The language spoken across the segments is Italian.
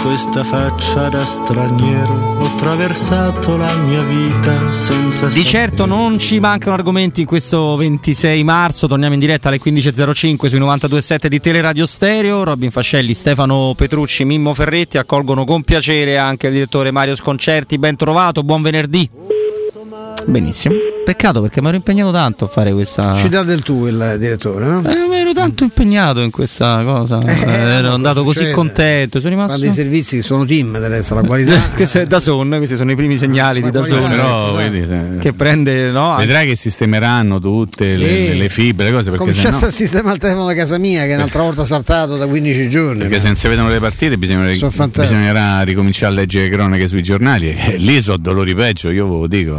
questa faccia da straniero, ho attraversato la mia vita senza di certo non ci mancano argomenti in questo 26 marzo. Torniamo in diretta alle 15.05 sui 92.7 di Teleradio Stereo. Robin Fascelli, Stefano Petrucci, Mimmo Ferretti accolgono con piacere anche il direttore Mario Sconcerti. Ben trovato, buon venerdì. Benissimo, peccato perché mi ero impegnato tanto a fare questa. Ci dà del tu il direttore, no? Mi ero tanto impegnato in questa cosa, ero andato così contento, sono rimasto. Ma dei servizi che sono team, adesso la qualità. Questo è DAZN, questi sono i primi segnali di DAZN, però vedi, che prende, no? Vedrai che sistemeranno tutte le fibre, le cose, perché cominciasse a sistemare il telefono da casa mia che un'altra volta saltato da 15 giorni. Perché se non si vedono le partite bisognerà ricominciare a leggere cronache sui giornali e lì so dolori peggio, io ve lo dico.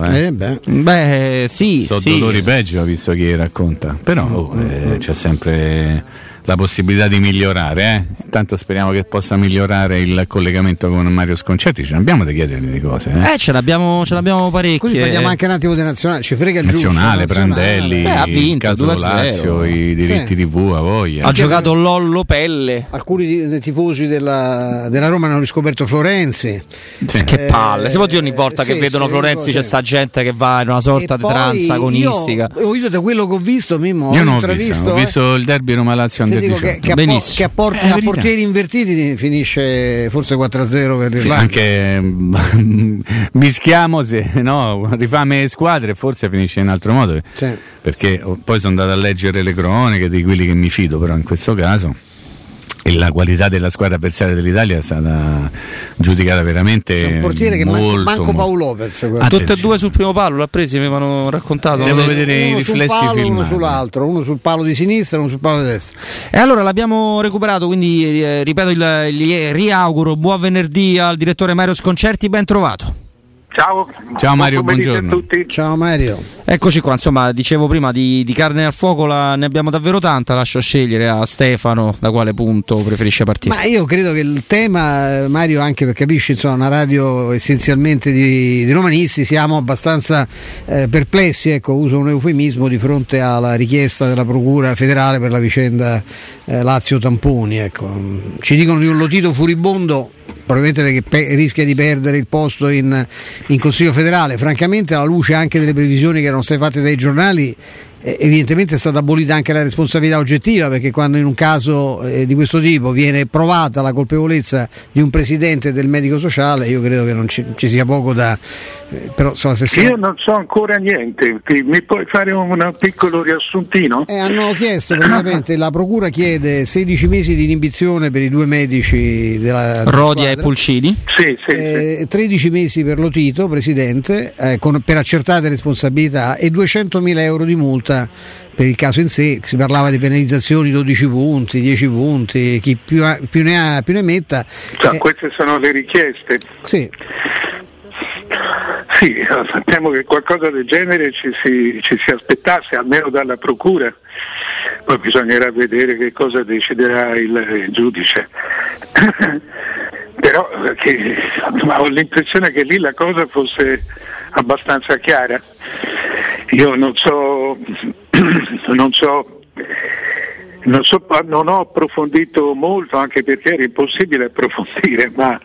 Beh, sì, so dolori peggio, visto chi racconta, però c'è sempre la possibilità di migliorare, Intanto speriamo che possa migliorare il collegamento con Mario Sconcerti. Ce ne abbiamo da chiedergli di cose, ce l'abbiamo parecchie. Così parliamo anche un attimo di nazionale, ci frega il nazionale, giusto, Prandelli, ha vinto, il caso Lazio, i diritti TV, a voglia. Ha giocato Lollo Pelle. Alcuni dei tifosi della Roma hanno riscoperto Florenzi. Che palle, si può dire ogni volta che vedono Florenzi c'è sta gente che va in una sorta di trance agonistica. Io da quello che ho visto, Mimmo, io non ho visto il derby Roma-Lazio under 18. Che a portieri invertiti finisce forse 4-0 per l'Irlanda. Anche mischiamo se rifame squadre forse finisce in altro modo, perché poi sono andato a leggere le croniche di quelli che mi fido, però in questo caso, e la qualità della squadra avversaria dell'Italia è stata giudicata veramente un portiere che manco Paolo Lopez, tutte e due sul primo palo l'ha presi, mi avevano raccontato. Devo vedere i riflessi filmati, uno sull'altro, uno sul palo di sinistra, uno sul palo di destra. E allora l'abbiamo recuperato, quindi ripeto, gli riauguro buon venerdì al direttore Mario Sconcerti, ben trovato. Ciao Mario, buongiorno a tutti. Ciao Mario. Eccoci qua, insomma, dicevo prima di carne al fuoco ne abbiamo davvero tanta, lascio scegliere a Stefano da quale punto preferisce partire. Ma io credo che il tema, Mario, anche per capisci, insomma, una radio essenzialmente di romanisti, siamo abbastanza perplessi, ecco, uso un eufemismo, di fronte alla richiesta della Procura federale per la vicenda Lazio Tamponi, ecco. Ci dicono di un Lotito furibondo, probabilmente perché rischia di perdere il posto in Consiglio federale. Francamente, alla luce anche delle previsioni che erano state fatte dai giornali, evidentemente è stata abolita anche la responsabilità oggettiva, perché quando in un caso di questo tipo viene provata la colpevolezza di un presidente del medico sociale, io credo che non ci sia poco da però insomma, io non so ancora niente, mi puoi fare un piccolo riassuntino? Hanno chiesto praticamente, la procura chiede 16 mesi di inibizione per i due medici della Rodia e Pulcini, sì. 13 mesi per Lotito, presidente, per accertate responsabilità, e 200.000 euro di multa per il caso in sé. Si parlava di penalizzazioni 12 punti, 10 punti, chi più ne ha più ne metta. Queste sono le richieste. Sì, sappiamo che qualcosa del genere ci si aspettasse, almeno dalla procura. Poi bisognerà vedere che cosa deciderà il giudice. Però ho l'impressione che lì la cosa fosse abbastanza chiara. Io non ho approfondito molto, anche perché era impossibile approfondire, ma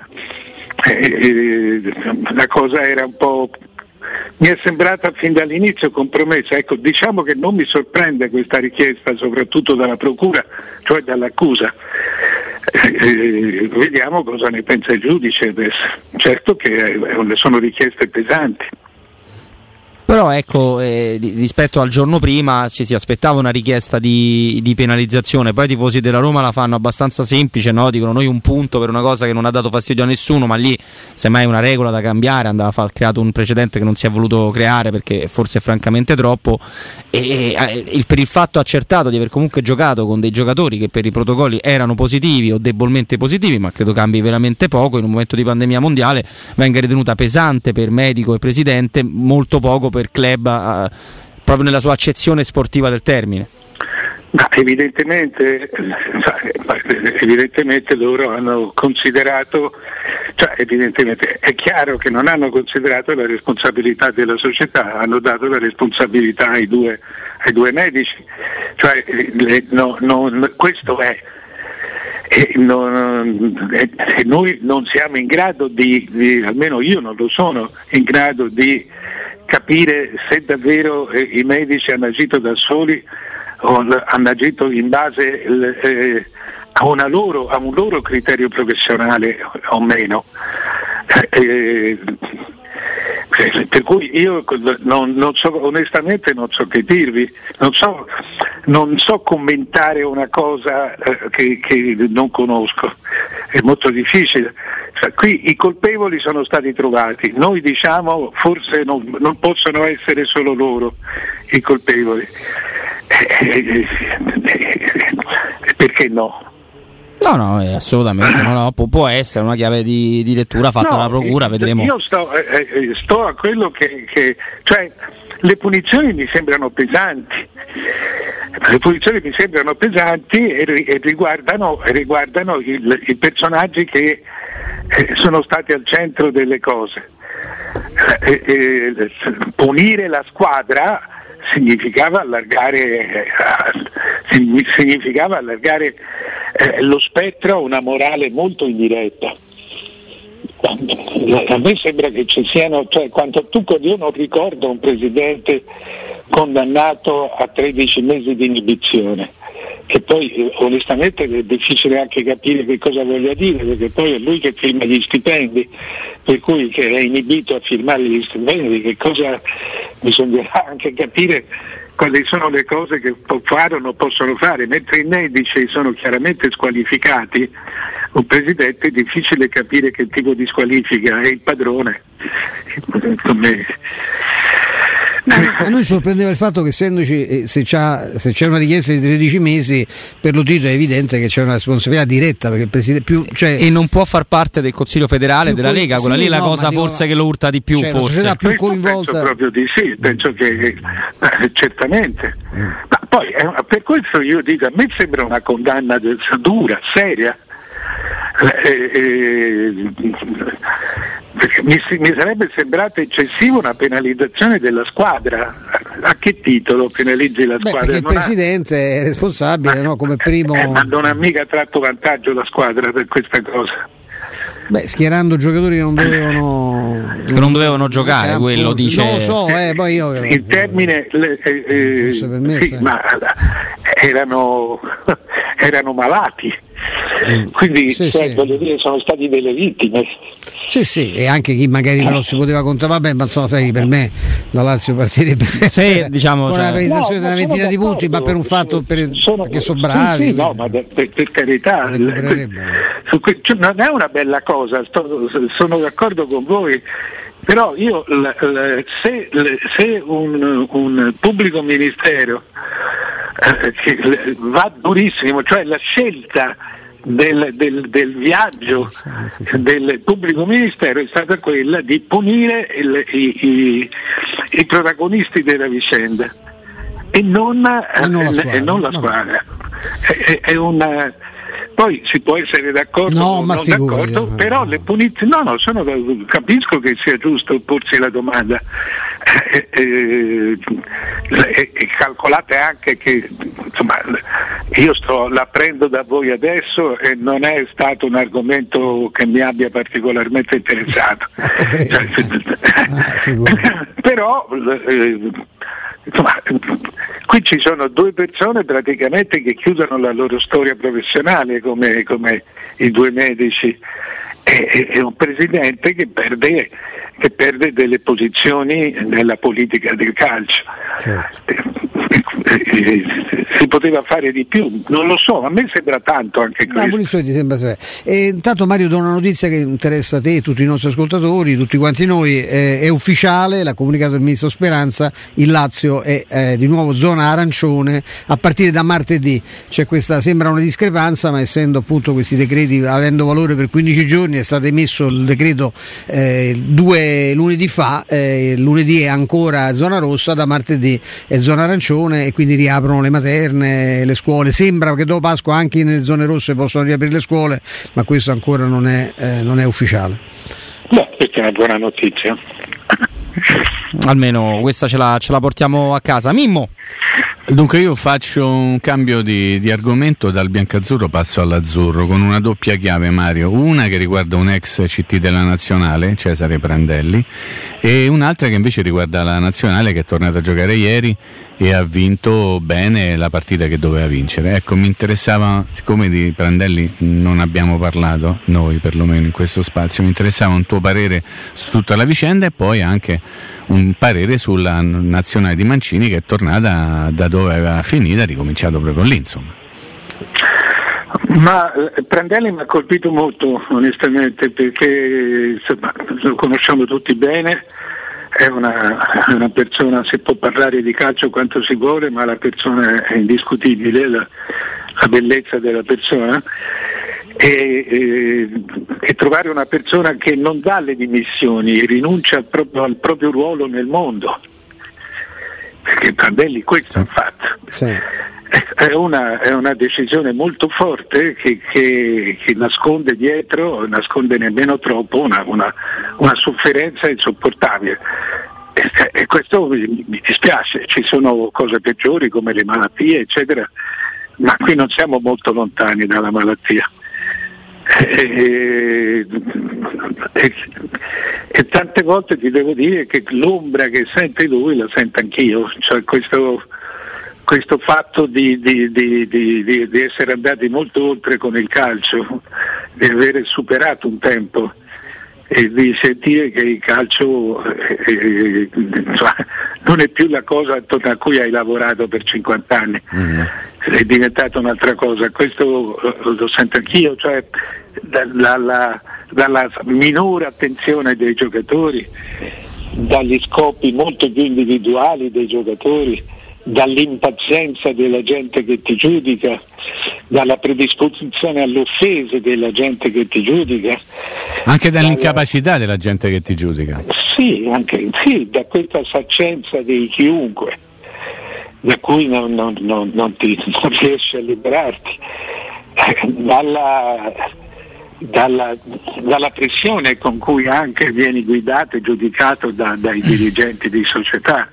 la cosa era un po', mi è sembrata fin dall'inizio compromessa. Ecco, diciamo che non mi sorprende questa richiesta, soprattutto dalla procura, cioè dall'accusa. Vediamo cosa ne pensa il giudice adesso. Certo che sono richieste pesanti. Però ecco, rispetto al giorno prima ci si aspettava una richiesta di penalizzazione. Poi i tifosi della Roma la fanno abbastanza semplice, no? Dicono noi un punto per una cosa che non ha dato fastidio a nessuno, ma lì semmai è una regola da cambiare, andava creato un precedente che non si è voluto creare perché forse è francamente troppo, e per il fatto accertato di aver comunque giocato con dei giocatori che per i protocolli erano positivi o debolmente positivi, ma credo cambi veramente poco in un momento di pandemia mondiale, venga ritenuta pesante per medico e presidente, molto poco per club, proprio nella sua accezione sportiva del termine. Ma evidentemente loro hanno considerato, evidentemente è chiaro che non hanno considerato la responsabilità della società, hanno dato la responsabilità ai due medici, questo è. noi non siamo in grado di, almeno io non lo sono in grado di capire se davvero i medici hanno agito da soli o hanno agito in base a un loro criterio professionale o meno. Per cui io non so, onestamente non so che dirvi, non so commentare una cosa che non conosco, è molto difficile. Qui i colpevoli sono stati trovati, noi diciamo forse non possono essere solo loro i colpevoli, perché no? No, assolutamente, no, può essere una chiave di lettura fatta dalla procura, vedremo. Io sto a quello che cioè le punizioni mi sembrano pesanti. E riguardano i personaggi che sono stati al centro delle cose. Punire la squadra significava allargare lo spettro a una morale molto indiretta. A me sembra che ci siano, cioè io non ricordo un presidente condannato a 13 mesi di inibizione, che poi onestamente è difficile anche capire che cosa voglia dire, perché poi è lui che firma gli stipendi, per cui che è inibito a firmare gli stipendi, che cosa bisognerà anche capire quali sono le cose che può fare o non possono fare, mentre i medici sono chiaramente squalificati. Un presidente è difficile capire che tipo di squalifica è il padrone. A noi sorprendeva il fatto che essendoci se c'è una richiesta di 13 mesi per lo titolo è evidente che c'è una responsabilità diretta, perché il presidente e non può far parte del Consiglio federale della Lega, quella lì è la cosa forse che lo urta di più, cioè, forse. La società più coinvolta. Penso proprio di sì, penso che certamente. Ma poi per questo io dico, a me sembra una condanna dura, seria. Perché mi sarebbe sembrato eccessivo una penalizzazione della squadra. A che titolo penalizzi la squadra? Perché il presidente è responsabile, no? Come primo. Ma non ha mica tratto vantaggio la squadra per questa cosa. Schierando giocatori che non dovevano giocare, quello dice. Non lo so, poi io. Il termine ma erano malati. Quindi voglio dire, sono stati delle vittime. Sì, e anche chi magari però si poteva contare, vabbè, ma insomma, sai, per me la Lazio partirebbe diciamo, con una penalizzazione di una ventina di punti, ma per un fatto perché sono bravi. Sì, no, ma per carità, non è una bella cosa, sono d'accordo con voi. Però io se un pubblico ministero va durissimo, cioè la scelta del viaggio del pubblico ministero è stata quella di punire i protagonisti della vicenda e non la squadra. È una. Poi si può essere d'accordo o non d'accordo, però le punizioni capisco che sia giusto porsi la domanda. Calcolate anche che insomma io la prendo da voi adesso e non è stato un argomento che mi abbia particolarmente interessato. Però insomma, qui ci sono due persone praticamente che chiudono la loro storia professionale come i due medici e un presidente che perde delle posizioni nella politica del calcio. Certo. Si poteva fare di più, non lo so, a me sembra tanto anche questo. La punizione ti sembra severa. Intanto Mario do una notizia che interessa te e tutti i nostri ascoltatori, tutti quanti noi, è ufficiale, l'ha comunicato il ministro Speranza, il Lazio è di nuovo zona arancione a partire da martedì. C'è questa, sembra una discrepanza, ma essendo appunto questi decreti avendo valore per 15 giorni è stato emesso il decreto 2 lunedì fa, lunedì è ancora zona rossa, da martedì è zona arancione e quindi riaprono le materne, le scuole. Sembra che dopo Pasqua anche nelle zone rosse possono riaprire le scuole, ma questo ancora non è ufficiale. Questa è una buona notizia. Almeno questa ce la portiamo a casa. Mimmo, Dunque io faccio un cambio di argomento, dal biancazzurro passo all'azzurro con una doppia chiave, Mario, una che riguarda un ex CT della Nazionale, Cesare Prandelli, e un'altra che invece riguarda la Nazionale, che è tornata a giocare ieri e ha vinto bene la partita che doveva vincere. Ecco, mi interessava, siccome di Prandelli non abbiamo parlato noi perlomeno in questo spazio, mi interessava un tuo parere su tutta la vicenda e poi anche un parere sulla Nazionale di Mancini, che è tornata da dove aveva finito, ha ricominciato proprio lì, insomma. Ma Prandelli mi ha colpito molto onestamente, perché insomma, lo conosciamo tutti bene, è una persona, si può parlare di calcio quanto si vuole, ma la persona è indiscutibile, la bellezza della persona. E trovare una persona che non dà le dimissioni e rinuncia al proprio ruolo nel mondo, perché Prandelli questo ha fatto. Sì. È una decisione molto forte che nasconde dietro, nasconde nemmeno troppo una sofferenza insopportabile. E questo mi dispiace, ci sono cose peggiori come le malattie eccetera, ma qui non siamo molto lontani dalla malattia. E tante volte ti devo dire che l'ombra che sente lui la sento anch'io, cioè questo fatto di essere andati molto oltre con il calcio, di aver superato un tempo e di sentire che il calcio non è più la cosa attorno a cui hai lavorato per 50 anni, è diventata un'altra cosa. Questo lo sento anch'io, cioè dalla minore attenzione dei giocatori, dagli scopi molto più individuali dei giocatori, dall'impazienza della gente che ti giudica, dalla predisposizione alle offese della gente che ti giudica, anche dall'incapacità della gente che ti giudica. Sì, da questa saccenza di chiunque, da cui non riesci a liberarti, dalla pressione con cui anche vieni guidato e giudicato dai dirigenti di società.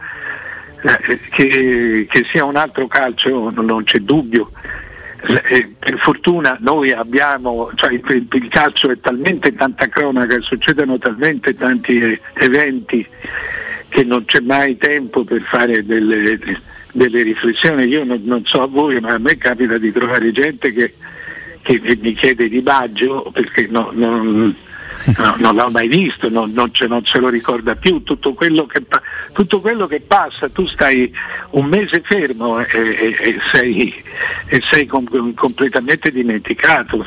Che sia un altro calcio non c'è dubbio. Per fortuna noi abbiamo, cioè il calcio è talmente tanta cronaca, succedono talmente tanti eventi che non c'è mai tempo per fare delle riflessioni. Io non so a voi, ma a me capita di trovare gente che mi chiede di Baggio perché non l'ho mai visto, non se lo ricorda più. Tutto quello che passa, tu stai un mese fermo e sei completamente dimenticato.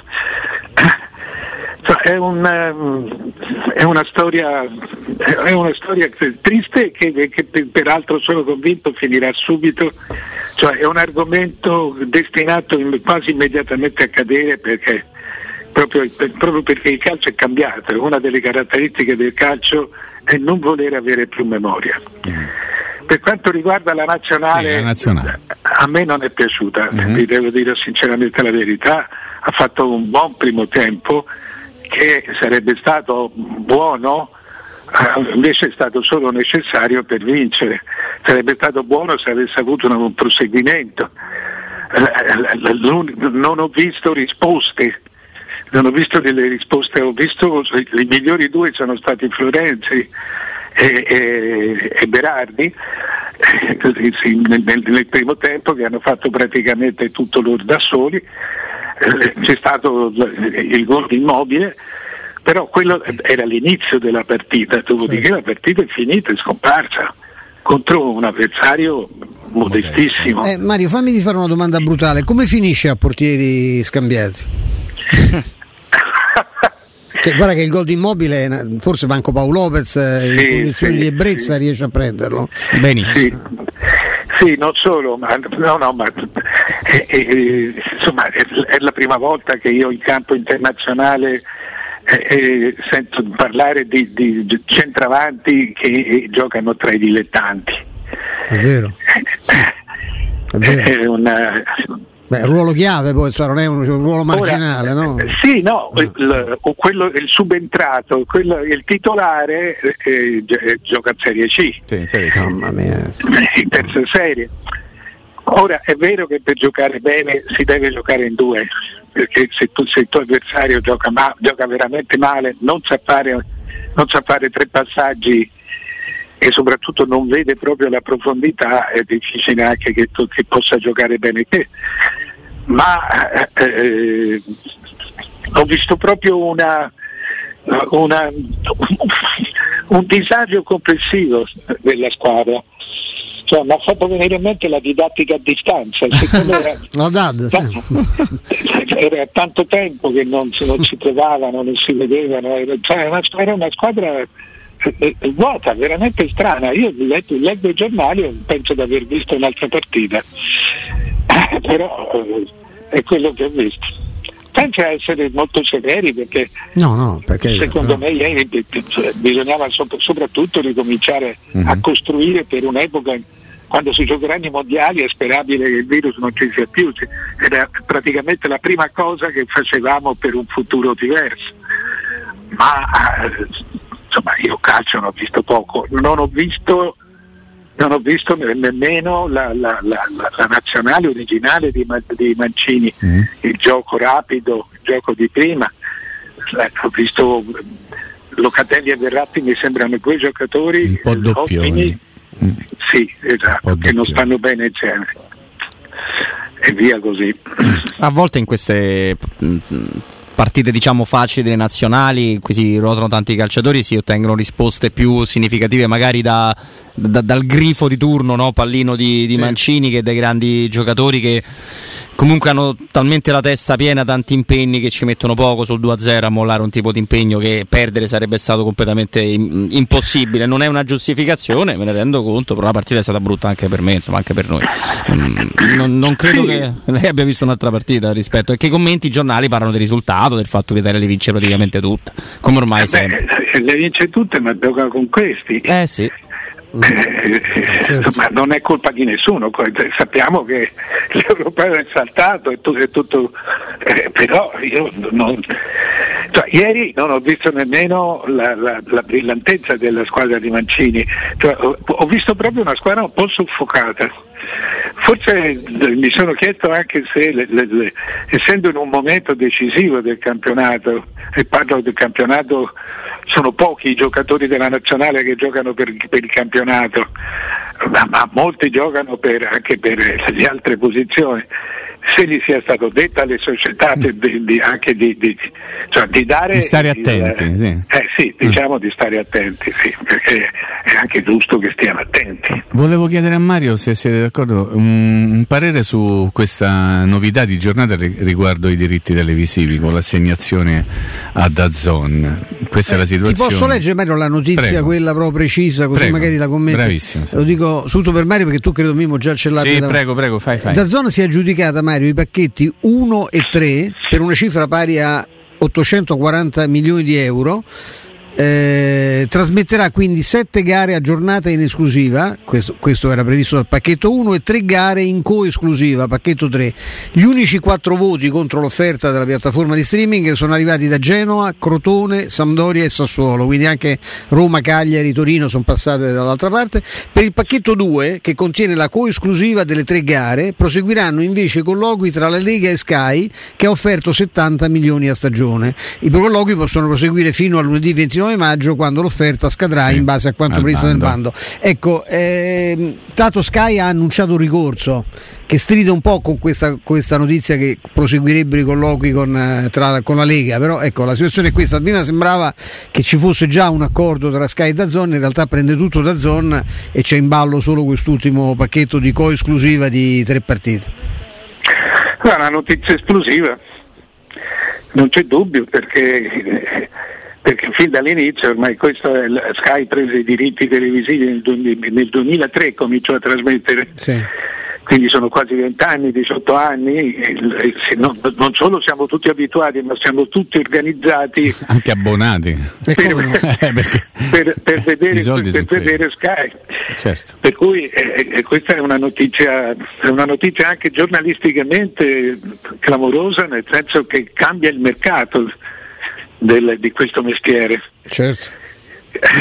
È una storia triste che peraltro sono convinto finirà subito, cioè è un argomento destinato quasi immediatamente a cadere, perché proprio perché il calcio è cambiato. Una delle caratteristiche del calcio è non voler avere più memoria. Per quanto riguarda la nazionale, a me non è piaciuta, vi devo dire sinceramente la verità. Ha fatto un buon primo tempo che sarebbe stato buono, invece è stato solo necessario per vincere. Sarebbe stato buono se avesse avuto un proseguimento. Non ho visto risposte. Non ho visto delle risposte, ho visto i migliori due sono stati Florenzi e Berardi nel primo tempo, che hanno fatto praticamente tutto loro da soli. C'è stato il gol di Immobile, però quello era l'inizio della partita, dopodiché la partita è finita, è scomparsa contro un avversario modestissimo. Mario, fammi di fare una domanda brutale: come finisce a portieri scambiati? Guarda che il gol di Immobile, forse manco Paolo Lopez in condizioni di ebbrezza riesce a prenderlo benissimo. Sì, non solo, ma insomma è la prima volta che io in campo internazionale sento parlare di centravanti che giocano tra i dilettanti. È vero. È una... Beh, ruolo chiave poi, non è un ruolo marginale. Ora, no? Sì, no, il subentrato, il titolare gioca in Serie C. Sì, in Serie C. Mamma mia. In terza serie. Ora è vero che per giocare bene si deve giocare in due, perché se il tuo avversario gioca veramente male, non sa fare 3 passaggi e soprattutto non vede proprio la profondità, è difficile anche che possa giocare bene te. Ma ho visto proprio un disagio complessivo della squadra. Cioè, mi ha fatto venire in mente la didattica a distanza. Era tanto tempo che non si trovavano, non si vedevano, era una squadra vuota, veramente strana. Io leggo i giornali e penso di aver visto un'altra partita, però è quello che ho visto. Senza essere molto severi, perché secondo me ieri bisognava soprattutto ricominciare a costruire per un'epoca quando si giocheranno i mondiali. È sperabile che il virus non ci sia più, era praticamente la prima cosa che facevamo per un futuro diverso. Ma insomma, io calcio ne ho visto poco, non ho visto nemmeno la nazionale originale di Mancini, il gioco rapido, il gioco di prima. Ho visto Locatelli e Verratti, mi sembrano quei giocatori un po' doppioni. Sì, esatto, che non stanno bene insieme e via così. A volte in queste partite diciamo facili delle nazionali, in cui si ruotano tanti calciatori, si ottengono risposte più significative magari dal grifo di turno, no? Pallino di Mancini, che dai grandi giocatori che comunque hanno talmente la testa piena, tanti impegni, che ci mettono poco sul 2-0 a mollare un tipo di impegno che perdere sarebbe stato completamente impossibile. Non è una giustificazione, me ne rendo conto, però la partita è stata brutta anche per me, insomma anche per noi. Non credo che lei abbia visto un'altra partita rispetto, perché i commenti, i giornali parlano del risultato, del fatto che l'Italia le vince praticamente tutte, come ormai sempre. Le vince tutte, ma gioca con questi. Sì. Ma non è colpa di nessuno, sappiamo che l'europeo è saltato e tutto, però io ieri non ho visto nemmeno la brillantezza della squadra di Mancini, ho visto proprio una squadra un po' soffocata. Forse mi sono chiesto anche se essendo in un momento decisivo del campionato, e parlo del campionato, sono pochi i giocatori della nazionale che giocano per il campionato, ma molti giocano anche per le altre posizioni. Se gli sia stato detto alle società anche di dare, di stare attenti, diciamo di stare attenti, sì, perché è anche giusto che stiano attenti. Volevo chiedere a Mario se siete d'accordo, un parere su questa novità di giornata riguardo i diritti televisivi con l'assegnazione a DAZN. Questa è la situazione. Ti posso leggere, Mario, la notizia? Prego. Quella proprio precisa, così magari la commenti. Bravissimo. Lo dico subito per Mario, perché tu credo Mimo già ce l'hai. Sì, prego, fai. DAZN si è aggiudicata, Mario, i pacchetti 1 e 3 per una cifra pari a 840 milioni di euro. Trasmetterà quindi 7 gare a giornata in esclusiva, questo era previsto dal pacchetto 1, e 3 gare in coesclusiva, pacchetto 3. Gli unici 4 voti contro l'offerta della piattaforma di streaming sono arrivati da Genoa, Crotone, Sampdoria e Sassuolo, quindi anche Roma, Cagliari, Torino sono passate dall'altra parte. Per il pacchetto 2, che contiene la coesclusiva delle 3 gare, proseguiranno invece colloqui tra la Lega e Sky, che ha offerto 70 milioni a stagione. I colloqui possono proseguire fino a lunedì 29 maggio, quando l'offerta scadrà in base a quanto previsto nel bando. Ecco, Tato Sky ha annunciato un ricorso che stride un po' con questa notizia che proseguirebbero i colloqui con la Lega, però ecco, la situazione è questa. Prima sembrava che ci fosse già un accordo tra Sky e DAZN, in realtà prende tutto DAZN e c'è in ballo solo quest'ultimo pacchetto di coesclusiva di 3 partite. Una notizia esplosiva, non c'è dubbio, perché fin dall'inizio ormai questo è Sky prese i diritti televisivi nel 2003, cominciò a trasmettere, quindi sono quasi 20 anni, 18 anni, non solo siamo tutti abituati, ma siamo tutti organizzati, anche abbonati per vedere Sky. Certo. Per cui questa è una notizia anche giornalisticamente clamorosa, nel senso che cambia il mercato di questo mestiere. Certo.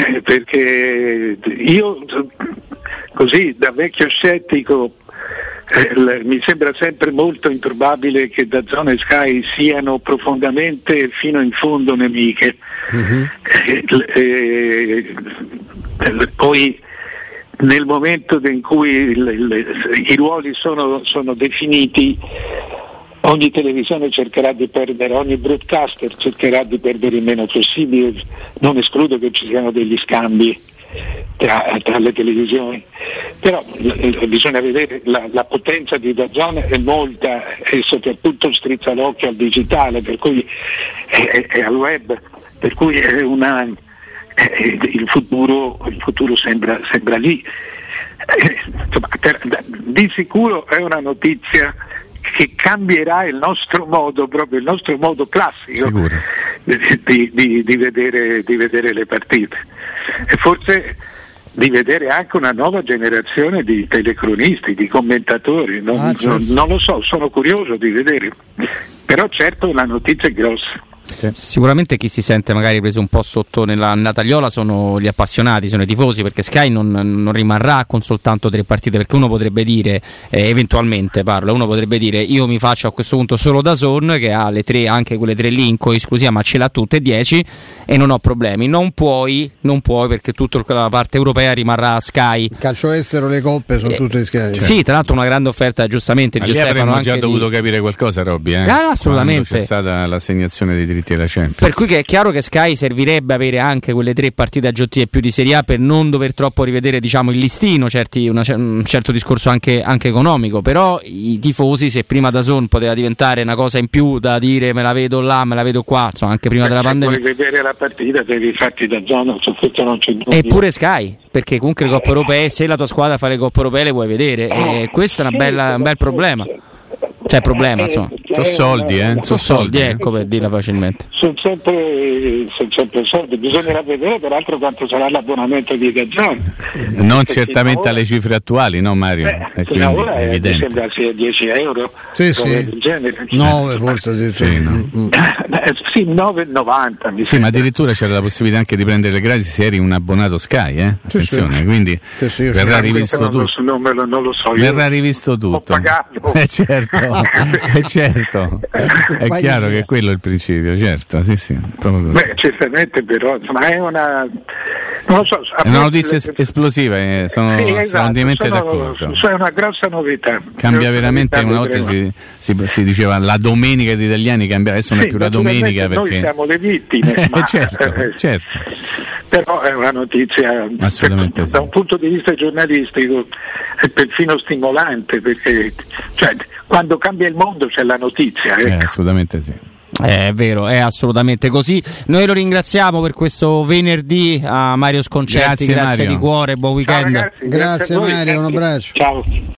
Perché io, così da vecchio scettico, mi sembra sempre molto improbabile che DAZN e Sky siano profondamente fino in fondo nemiche. Poi nel momento in cui i ruoli sono definiti, ogni televisione cercherà di perdere, ogni broadcaster cercherà di perdere il meno possibile. Non escludo che ci siano degli scambi tra le televisioni, però bisogna vedere la potenza di DAZN è molta e soprattutto strizza l'occhio al digitale, per cui è al web, per cui è il futuro sembra lì. Insomma, di sicuro è una notizia che cambierà il nostro modo, proprio il nostro modo classico di vedere le partite, e forse di vedere anche una nuova generazione di telecronisti, di commentatori. Non lo so, sono curioso di vedere, però certo la notizia è grossa. Sicuramente chi si sente magari preso un po' sotto nella tagliola sono gli appassionati, sono i tifosi, perché Sky non rimarrà con soltanto 3 partite, perché uno potrebbe dire, eventualmente uno potrebbe dire io mi faccio a questo punto solo DAZN che ha le 3, anche quelle 3 lì in coesclusiva, ma ce l'ha tutte 10 e non ho problemi. Non puoi perché tutta la parte europea rimarrà a Sky. Il calcio estero, le coppe sono tutte Sky. Sì, tra l'altro una grande offerta, giustamente lì avremmo già dovuto capire qualcosa, Robby, no, assolutamente. Quando c'è stata l'assegnazione dei diritti della Champions. Per cui è chiaro che Sky servirebbe avere anche quelle 3 partite aggiuntive più di Serie A per non dover troppo rivedere, diciamo, il listino, un certo discorso anche economico. Però i tifosi, se prima DAZN poteva diventare una cosa in più da dire me la vedo là, me la vedo qua, insomma, anche prima della pandemia. Se vuoi vedere la partita devi farti DAZN, su questo non c'è dubbio. Eppure Sky, perché comunque le coppe europee, se la tua squadra fa le coppe europee le vuoi vedere, e questo è un bel problema. C'è problema, insomma. Sono soldi, sono soldi, ecco, per dirla facilmente. Sono sempre soldi. Bisognerà vedere peraltro quanto sarà l'abbonamento di DAZN. Non certamente alle cifre attuali, no Mario? Fino ad ora mi sembra sia 10 euro. Sì. Del genere. 9 forse. Sì, 9,90. Sì, ma addirittura c'era la possibilità anche di prendere le gratis se eri un abbonato Sky, attenzione, sì. Quindi verrà rivisto tutto. Non lo so. Verrà rivisto tutto. Ho pagato. Certo. È chiaro che quello è il principio, certo, sì, proprio così. Certamente, però insomma è una, non lo so, è una notizia esplosiva, sono assolutamente d'accordo. È una grossa novità. Cambia veramente, una volta si diceva la domenica degli italiani, cambia, adesso non è più la domenica perché noi siamo le vittime. certo. Però è una notizia assolutamente da un punto di vista giornalistico è perfino stimolante, perché quando cambia il mondo c'è la notizia. Assolutamente sì. È vero, è assolutamente così. Noi lo ringraziamo per questo venerdì a Mario Sconcerti, grazie Mario. di cuore, buon weekend. Ciao, ragazzi, grazie Mario, un abbraccio. Ciao.